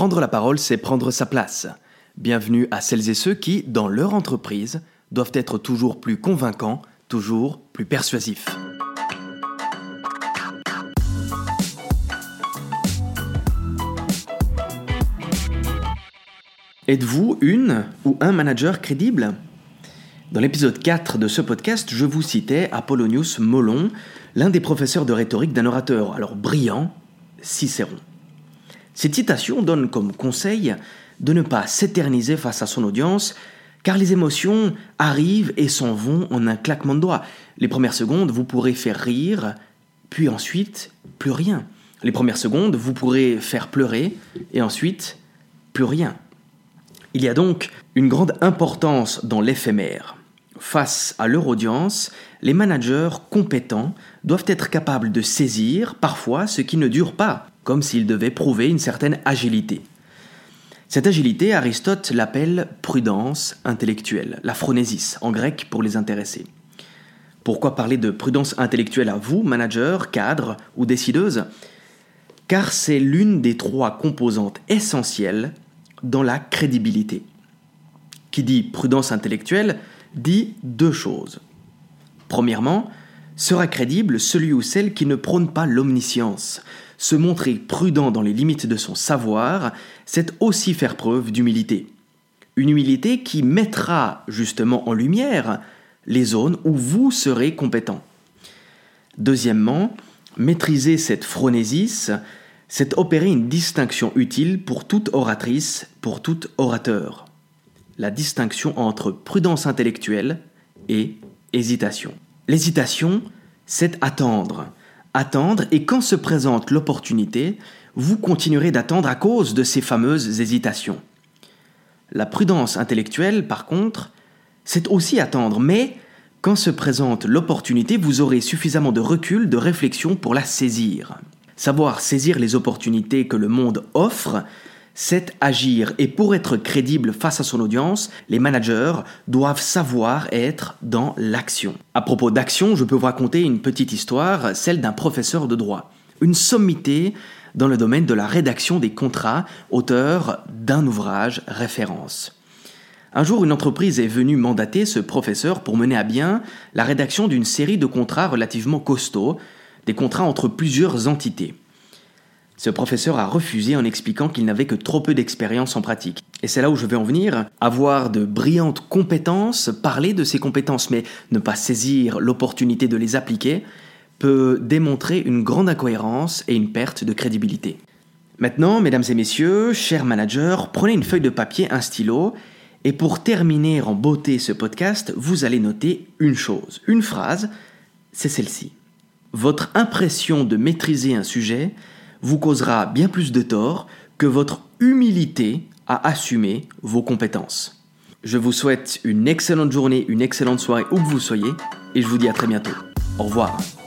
Prendre la parole, c'est prendre sa place. Bienvenue à celles et ceux qui, dans leur entreprise, doivent être toujours plus convaincants, toujours plus persuasifs. Êtes-vous une ou un manager crédible ? Dans l'épisode 4 de ce podcast, je vous citais Apollonius Molon, l'un des professeurs de rhétorique d'un orateur alors brillant, Cicéron. Cette citation donne comme conseil de ne pas s'éterniser face à son audience, car les émotions arrivent et s'en vont en un claquement de doigts. Les premières secondes, vous pourrez faire rire, puis ensuite, plus rien. Les premières secondes, vous pourrez faire pleurer, et ensuite, plus rien. Il y a donc une grande importance dans l'éphémère. Face à leur audience, les managers compétents doivent être capables de saisir parfois ce qui ne dure pas, comme s'ils devaient prouver une certaine agilité. Cette agilité, Aristote l'appelle prudence intellectuelle, la phronésis, en grec pour les intéressés. Pourquoi parler de prudence intellectuelle à vous, manager, cadre ou décideuse ? Car c'est l'une des 3 composantes essentielles dans la crédibilité. Qui dit prudence intellectuelle dit 2 choses. Premièrement, sera crédible celui ou celle qui ne prône pas l'omniscience. Se montrer prudent dans les limites de son savoir, c'est aussi faire preuve d'humilité. Une humilité qui mettra justement en lumière les zones où vous serez compétent. Deuxièmement, maîtriser cette phronésis, c'est opérer une distinction utile pour toute oratrice, pour tout orateur. La distinction entre prudence intellectuelle et hésitation. L'hésitation, c'est attendre. Attendre, et quand se présente l'opportunité, vous continuerez d'attendre à cause de ces fameuses hésitations. La prudence intellectuelle, par contre, c'est aussi attendre, mais quand se présente l'opportunité, vous aurez suffisamment de recul, de réflexion pour la saisir. Savoir saisir les opportunités que le monde offre, c'est agir. Et pour être crédible face à son audience, les managers doivent savoir être dans l'action. À propos d'action, je peux vous raconter une petite histoire, celle d'un professeur de droit. Une sommité dans le domaine de la rédaction des contrats, auteur d'un ouvrage référence. Un jour, une entreprise est venue mandater ce professeur pour mener à bien la rédaction d'une série de contrats relativement costauds, des contrats entre plusieurs entités. Ce professeur a refusé en expliquant qu'il n'avait que trop peu d'expérience en pratique. Et c'est là où je veux en venir. Avoir de brillantes compétences, parler de ces compétences, mais ne pas saisir l'opportunité de les appliquer, peut démontrer une grande incohérence et une perte de crédibilité. Maintenant, mesdames et messieurs, chers managers, prenez une feuille de papier, un stylo, et pour terminer en beauté ce podcast, vous allez noter une chose, une phrase, c'est celle-ci. Votre impression de maîtriser un sujet vous causera bien plus de tort que votre humilité à assumer vos compétences. Je vous souhaite une excellente journée, une excellente soirée où que vous soyez, et je vous dis à très bientôt. Au revoir.